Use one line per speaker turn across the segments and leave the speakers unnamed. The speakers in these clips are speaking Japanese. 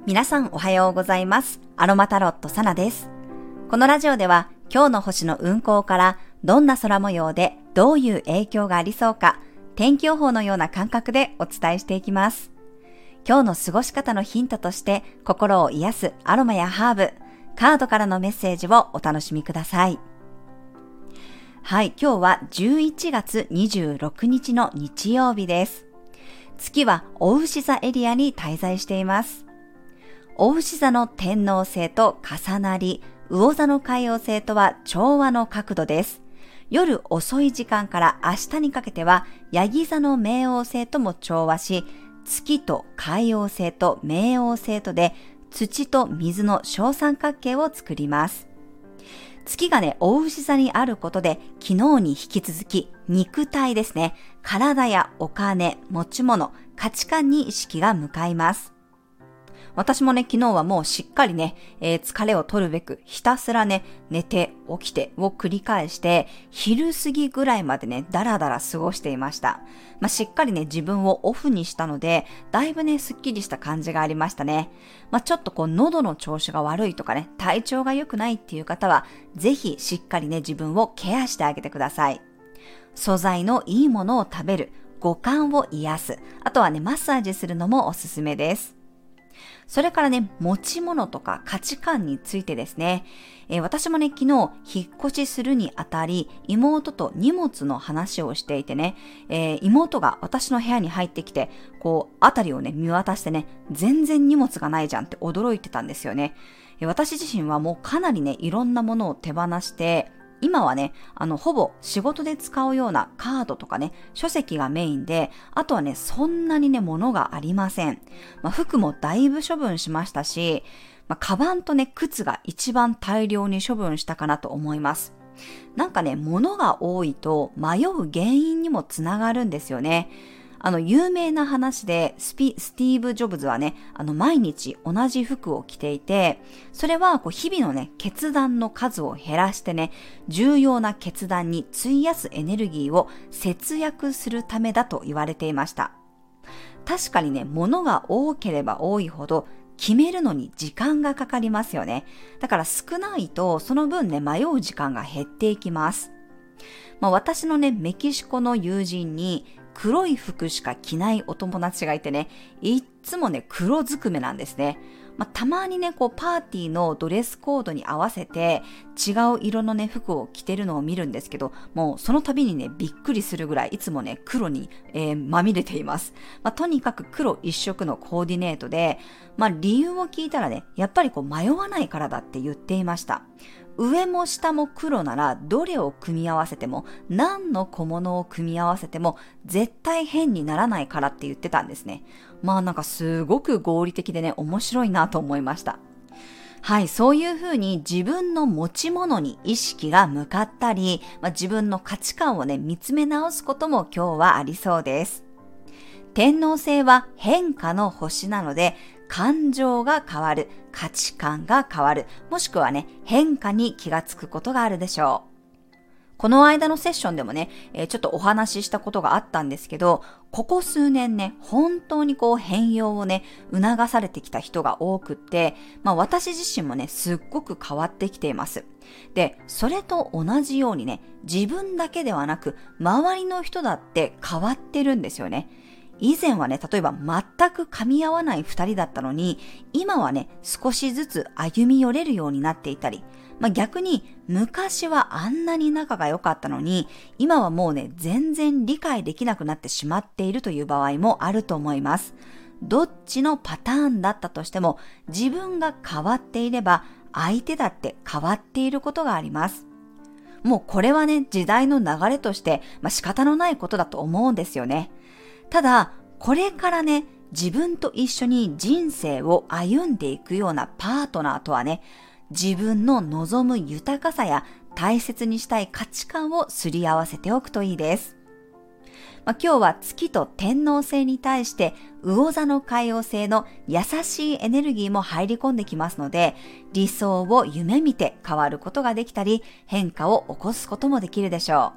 皆さんおはようございます。アロマタロットサナです。このラジオでは今日の星の運行からどんな空模様でどういう影響がありそうか、天気予報のような感覚でお伝えしていきます。今日の過ごし方のヒントとして心を癒すアロマやハーブ、カードからのメッセージをお楽しみください。はい、今日は11月26日の日曜日です。月は牡牛座エリアに滞在しています。牡牛座の天王星と重なり、魚座の海王星とは調和の角度です。夜遅い時間から明日にかけては、ヤギ座の冥王星とも調和し、月と海王星と冥王星とで、土と水の小三角形を作ります。月が牡牛座にあることで、昨日に引き続き、肉体ですね、体やお金、持ち物、価値観に意識が向かいます。私も昨日はもうしっかり疲れを取るべくひたすら寝て起きてを繰り返して、昼過ぎぐらいまでだらだら過ごしていました。しっかり自分をオフにしたので、だいぶすっきりした感じがありましたね。ちょっと喉の調子が悪いとか体調が良くないっていう方は、ぜひしっかり自分をケアしてあげてください。素材のいいものを食べる、五感を癒す、あとはマッサージするのもおすすめです。それから持ち物とか価値観についてですね。私も昨日引っ越しするにあたり、妹と荷物の話をしていて妹が私の部屋に入ってきて、あたりを見渡して全然荷物がないじゃんって驚いてたんですよね。私自身はもうかなりいろんなものを手放して、今はほぼ仕事で使うようなカードとか書籍がメインで、あとはそんなに物がありません。服もだいぶ処分しましたし、カバンと靴が一番大量に処分したかなと思います。物が多いと迷う原因にもつながるんですよね。有名な話でスティーブ・ジョブズは毎日同じ服を着ていて、それは日々の決断の数を減らして重要な決断に費やすエネルギーを節約するためだと言われていました。確かに物が多ければ多いほど決めるのに時間がかかりますよね。だから少ないとその分迷う時間が減っていきます。私のメキシコの友人に黒い服しか着ないお友達がいていっつも黒ずくめなんですね。たまにパーティーのドレスコードに合わせて違う色の服を着てるのを見るんですけど、もうその度にびっくりするぐらいいつも黒に、まみれています。とにかく黒一色のコーディネートで、理由を聞いたらやっぱり迷わないからだって言っていました。上も下も黒ならどれを組み合わせても、何の小物を組み合わせても絶対変にならないからって言ってたんですね。すごく合理的で面白いなと思いました。はい、そういうふうに自分の持ち物に意識が向かったり、自分の価値観を見つめ直すことも今日はありそうです。天王星は変化の星なので、感情が変わる、価値観が変わる、もしくは変化に気がつくことがあるでしょう。この間のセッションでもちょっとお話ししたことがあったんですけど、ここ数年本当に変容を促されてきた人が多くって、私自身もすっごく変わってきています。で、それと同じように自分だけではなく、周りの人だって変わってるんですよね。以前は例えば全く噛み合わない二人だったのに、今は少しずつ歩み寄れるようになっていたり、逆に昔はあんなに仲が良かったのに、今はもう全然理解できなくなってしまっているという場合もあると思います。どっちのパターンだったとしても、自分が変わっていれば相手だって変わっていることがあります。もうこれは時代の流れとして仕方のないことだと思うんですよね。ただ、これから自分と一緒に人生を歩んでいくようなパートナーとは自分の望む豊かさや大切にしたい価値観をすり合わせておくといいです。今日は月と天王星に対して魚座の海王星の優しいエネルギーも入り込んできますので、理想を夢見て変わることができたり、変化を起こすこともできるでしょう。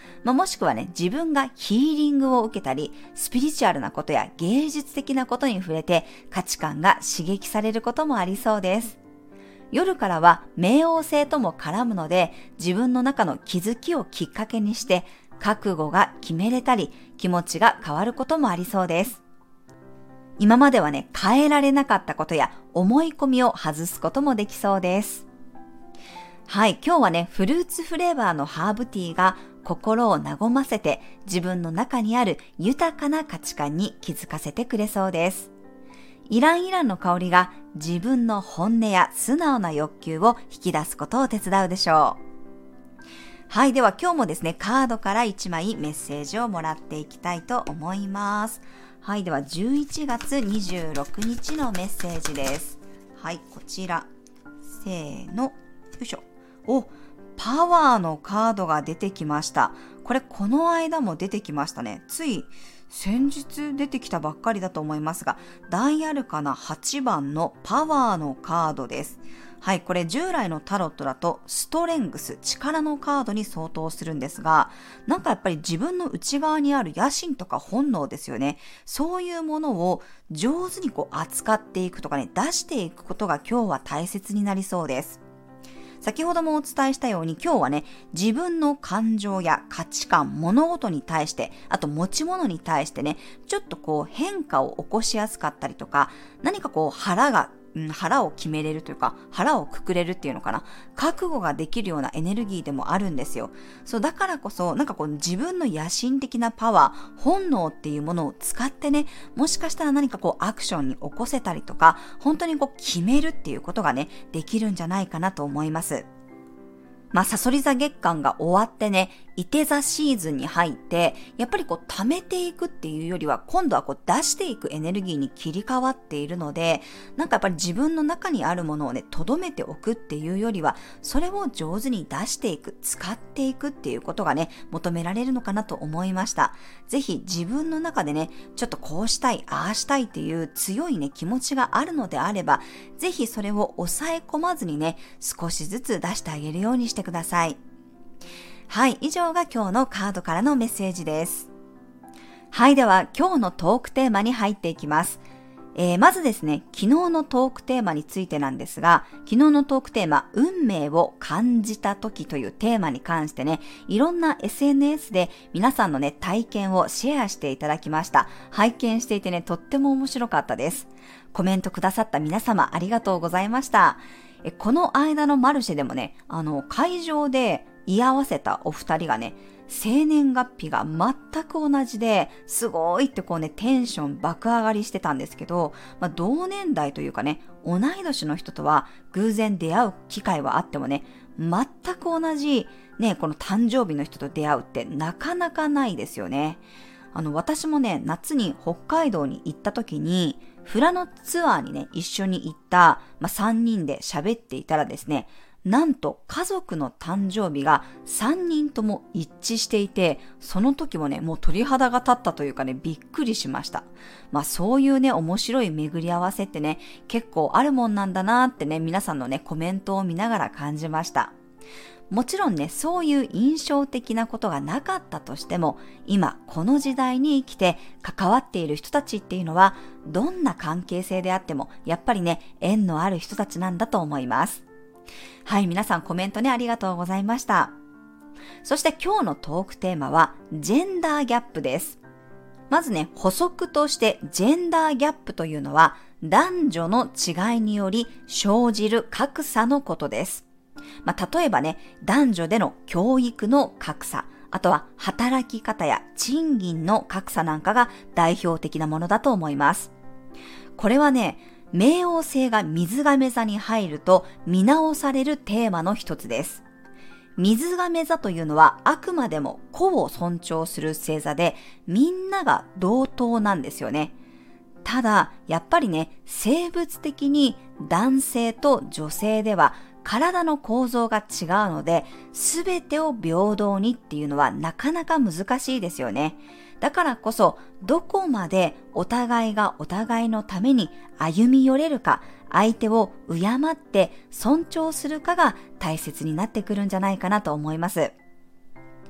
もしくはね、自分がヒーリングを受けたり、スピリチュアルなことや芸術的なことに触れて価値観が刺激されることもありそうです。夜からは冥王星とも絡むので、自分の中の気づきをきっかけにして覚悟が決めれたり、気持ちが変わることもありそうです。今まではね、変えられなかったことや思い込みを外すこともできそうです。はい、今日はね、フルーツフレーバーのハーブティーが心を和ませて自分の中にある豊かな価値観に気づかせてくれそうです。イランイランの香りが自分の本音や素直な欲求を引き出すことを手伝うでしょう。はい、では今日もですね、カードから1枚メッセージをもらっていきたいと思います。はい、では11月26日のメッセージです。はい、こちら。せーの。よいしょ。パワーのカードが出てきました。この間も出てきましたね。つい先日出てきたばっかりだと思いますが、大アルカナ8番のパワーのカードです。はい、これ従来のタロットだとストレングス、力のカードに相当するんですが、なんかやっぱり自分の内側にある野心とか本能ですよね。そういうものを上手に扱っていくとかね、出していくことが今日は大切になりそうです。先ほどもお伝えしたように今日はね、自分の感情や価値観、物事に対して、あと持ち物に対してね、ちょっと変化を起こしやすかったりとか、何か腹を決めれるというか、腹をくくれるっていうのかな。覚悟ができるようなエネルギーでもあるんですよ。そうだからこそ、自分の野心的なパワー、本能っていうものを使ってね、もしかしたら何かアクションに起こせたりとか、本当に決めるっていうことがね、できるんじゃないかなと思います。さそり座月間が終わってね、いて座シーズンに入って、やっぱり溜めていくっていうよりは、今度は出していくエネルギーに切り替わっているので、やっぱり自分の中にあるものをね、留めておくっていうよりは、それを上手に出していく、使っていくっていうことがね、求められるのかなと思いました。ぜひ自分の中でね、ちょっとこうしたい、ああしたいっていう強いね、気持ちがあるのであれば、ぜひそれを抑え込まずにね、少しずつ出してあげるようにしてください。はい、以上が今日のカードからのメッセージです。はい、では今日のトークテーマに入っていきます。まずですね、昨日のトークテーマについてなんですが、昨日のトークテーマ、運命を感じた時というテーマに関してね、いろんな SNS で皆さんのね、体験をシェアしていただきました。拝見していてね、とっても面白かったです。コメントくださった皆様ありがとうございました。この間のマルシェでもね、会場で居合わせたお二人がね、生年月日が全く同じで、すごいってテンション爆上がりしてたんですけど、同年代というかね、同い年の人とは偶然出会う機会はあってもね、全く同じね、この誕生日の人と出会うってなかなかないですよね。私もね、夏に北海道に行った時に、富良野ツアーにね、一緒に行った、3人で喋っていたらですね、なんと家族の誕生日が3人とも一致していて、その時もね、もう鳥肌が立ったというかね、びっくりしました。そういうね、面白い巡り合わせってね、結構あるもんなんだなってね、皆さんのね、コメントを見ながら感じました。もちろんね、そういう印象的なことがなかったとしても、今この時代に生きて関わっている人たちっていうのは、どんな関係性であっても、やっぱりね、縁のある人たちなんだと思います。はい、皆さんコメントね、ありがとうございました。そして今日のトークテーマは、ジェンダーギャップです。まずね、補足としてジェンダーギャップというのは、男女の違いにより生じる格差のことです。例えばね、男女での教育の格差、あとは働き方や賃金の格差なんかが代表的なものだと思います。これはね、冥王星が水亀座に入ると見直されるテーマの一つです。水亀座というのはあくまでも個を尊重する星座で、みんなが同等なんですよね。ただ、やっぱりね、生物的に男性と女性では体の構造が違うので、すべてを平等にっていうのはなかなか難しいですよね。だからこそ、どこまでお互いがお互いのために歩み寄れるか、相手を敬って尊重するかが大切になってくるんじゃないかなと思います。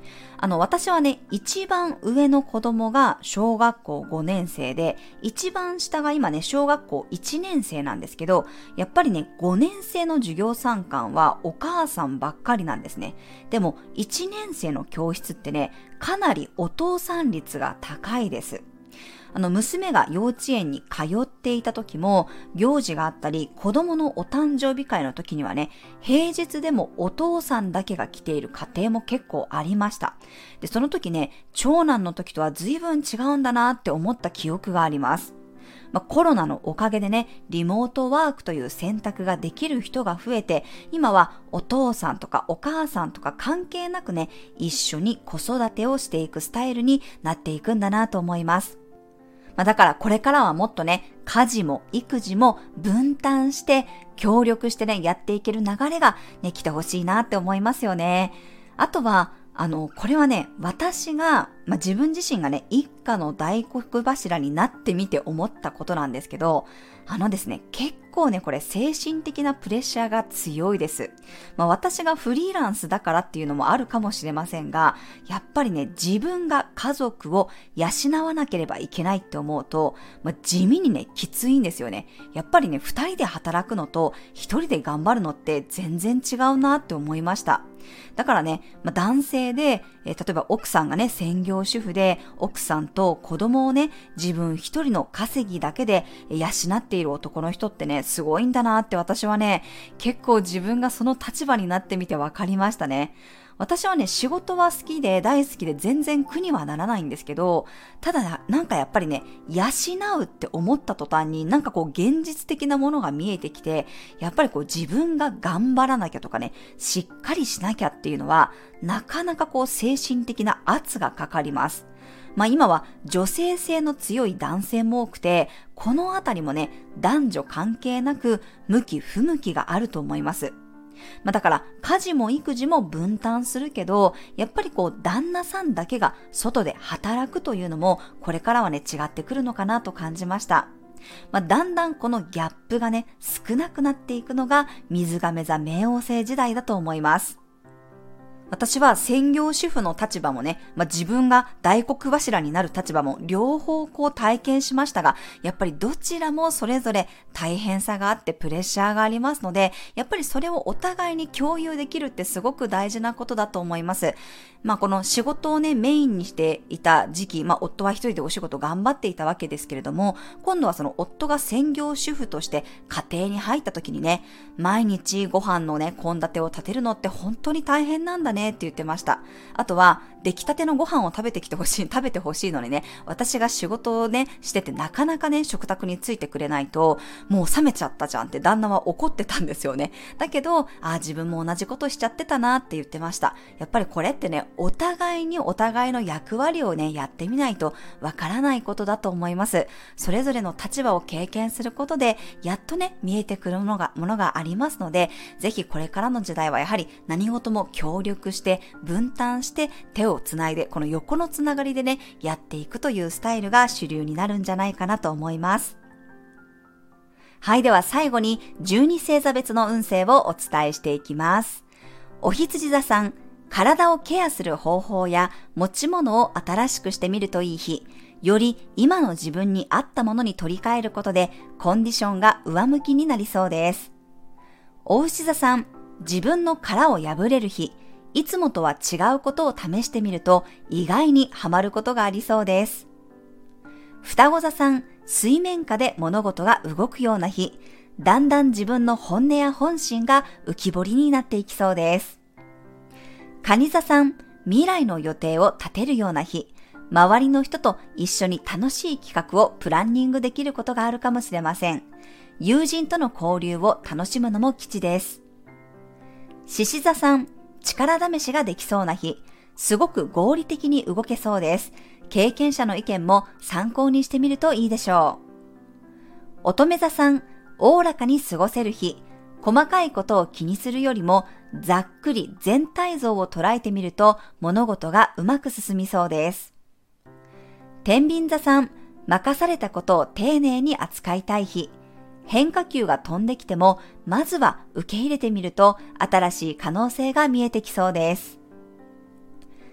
私はね、一番上の子供が小学校5年生で、一番下が今ね、小学校1年生なんですけど、やっぱりね、5年生の授業参観はお母さんばっかりなんですね。でも、1年生の教室ってね、かなりお父さん率が高いです。娘が幼稚園に通っていた時も、行事があったり、子供のお誕生日会の時にはね、平日でもお父さんだけが来ている家庭も結構ありました。で、その時ね、長男の時とは随分違うんだなって思った記憶があります。コロナのおかげでね、リモートワークという選択ができる人が増えて、今はお父さんとかお母さんとか関係なくね、一緒に子育てをしていくスタイルになっていくんだなと思います。だからこれからはもっとね、家事も育児も分担して協力してね、やっていける流れがね、来てほしいなって思いますよね。あとは、これはね、私が、自分自身がね、一家の大黒柱になってみて思ったことなんですけど、ですね、結構ね、これ精神的なプレッシャーが強いです。私がフリーランスだからっていうのもあるかもしれませんが、やっぱりね、自分が家族を養わなければいけないって思うと、地味にね、きついんですよね。やっぱりね、2人で働くのと1人で頑張るのって全然違うなって思いました。だからね、男性で、例えば奥さんがね、専業主婦で、奥さんと子供をね、自分一人の稼ぎだけで養っている男の人ってね、すごいんだなって私はね、結構自分がその立場になってみて分かりましたね。私はね、仕事は好きで大好きで全然苦にはならないんですけど、ただなんかやっぱりね、養うって思った途端になんかこう現実的なものが見えてきて、やっぱりこう自分が頑張らなきゃとかね、しっかりしなきゃっていうのは、なかなかこう精神的な圧がかかります。今は女性性の強い男性も多くて、このあたりもね、男女関係なく向き不向きがあると思います。だから家事も育児も分担するけど、やっぱりこう旦那さんだけが外で働くというのもこれからはね違ってくるのかなと感じました。だんだんこのギャップがね少なくなっていくのが水亀座冥王星時代だと思います。私は専業主婦の立場もね、自分が大黒柱になる立場も両方こう体験しましたが、やっぱりどちらもそれぞれ大変さがあってプレッシャーがありますので、やっぱりそれをお互いに共有できるってすごく大事なことだと思います。この仕事をね、メインにしていた時期、夫は一人でお仕事頑張っていたわけですけれども、今度はその夫が専業主婦として家庭に入った時にね、毎日ご飯のね、献立を立てるのって本当に大変なんだねって言ってました。あとは、出来たてのご飯を食べてほしいのにね、私が仕事をね、しててなかなかね、食卓についてくれないと、もう冷めちゃったじゃんって旦那は怒ってたんですよね。だけど、自分も同じことしちゃってたなって言ってました。やっぱりこれってね、お互いにお互いの役割をね、やってみないとわからないことだと思います。それぞれの立場を経験することで、やっとね、見えてくるものがありますので、ぜひこれからの時代はやはり何事も協力して、分担して手をつないで、この横のつながりでね、やっていくというスタイルが主流になるんじゃないかなと思います。はい、では最後に12星座別の運勢をお伝えしていきます。お羊座さん、体をケアする方法や持ち物を新しくしてみるといい日、より今の自分に合ったものに取り替えることでコンディションが上向きになりそうです。お牛座さん、自分の殻を破れる日、いつもとは違うことを試してみると意外にハマることがありそうです。双子座さん、水面下で物事が動くような日、だんだん自分の本音や本心が浮き彫りになっていきそうです。蟹座さん、未来の予定を立てるような日、周りの人と一緒に楽しい企画をプランニングできることがあるかもしれません。友人との交流を楽しむのも吉です。獅子座さん、力試しができそうな日、すごく合理的に動けそうです。経験者の意見も参考にしてみるといいでしょう。乙女座さん、おおらかに過ごせる日、細かいことを気にするよりもざっくり全体像を捉えてみると物事がうまく進みそうです。天秤座さん、任されたことを丁寧に扱いたい日、変化球が飛んできてもまずは受け入れてみると新しい可能性が見えてきそうです。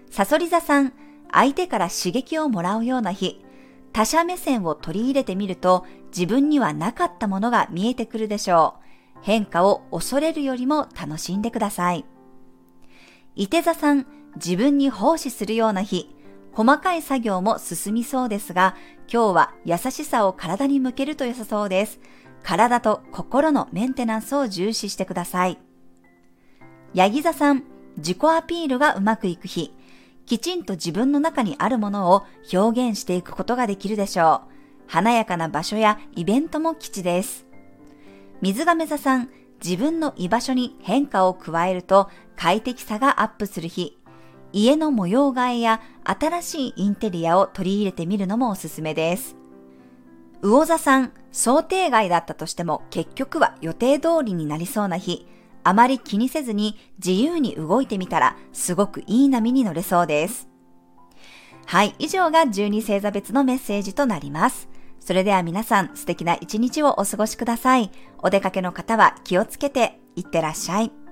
さそり座さん、相手から刺激をもらうような日。他者目線を取り入れてみると、自分にはなかったものが見えてくるでしょう。変化を恐れるよりも楽しんでください。いて座さん、自分に奉仕するような日。細かい作業も進みそうですが、今日は優しさを体に向けると良さそうです。体と心のメンテナンスを重視してください。ヤギ座さん、自己アピールがうまくいく日。きちんと自分の中にあるものを表現していくことができるでしょう。華やかな場所やイベントも吉です。水亀座さん、自分の居場所に変化を加えると快適さがアップする日。家の模様替えや新しいインテリアを取り入れてみるのもおすすめです。魚座さん、想定外だったとしても結局は予定通りになりそうな日。あまり気にせずに自由に動いてみたらすごくいい波に乗れそうです。はい、以上が12星座別のメッセージとなります。それでは皆さん素敵な一日をお過ごしください。お出かけの方は気をつけていってらっしゃい。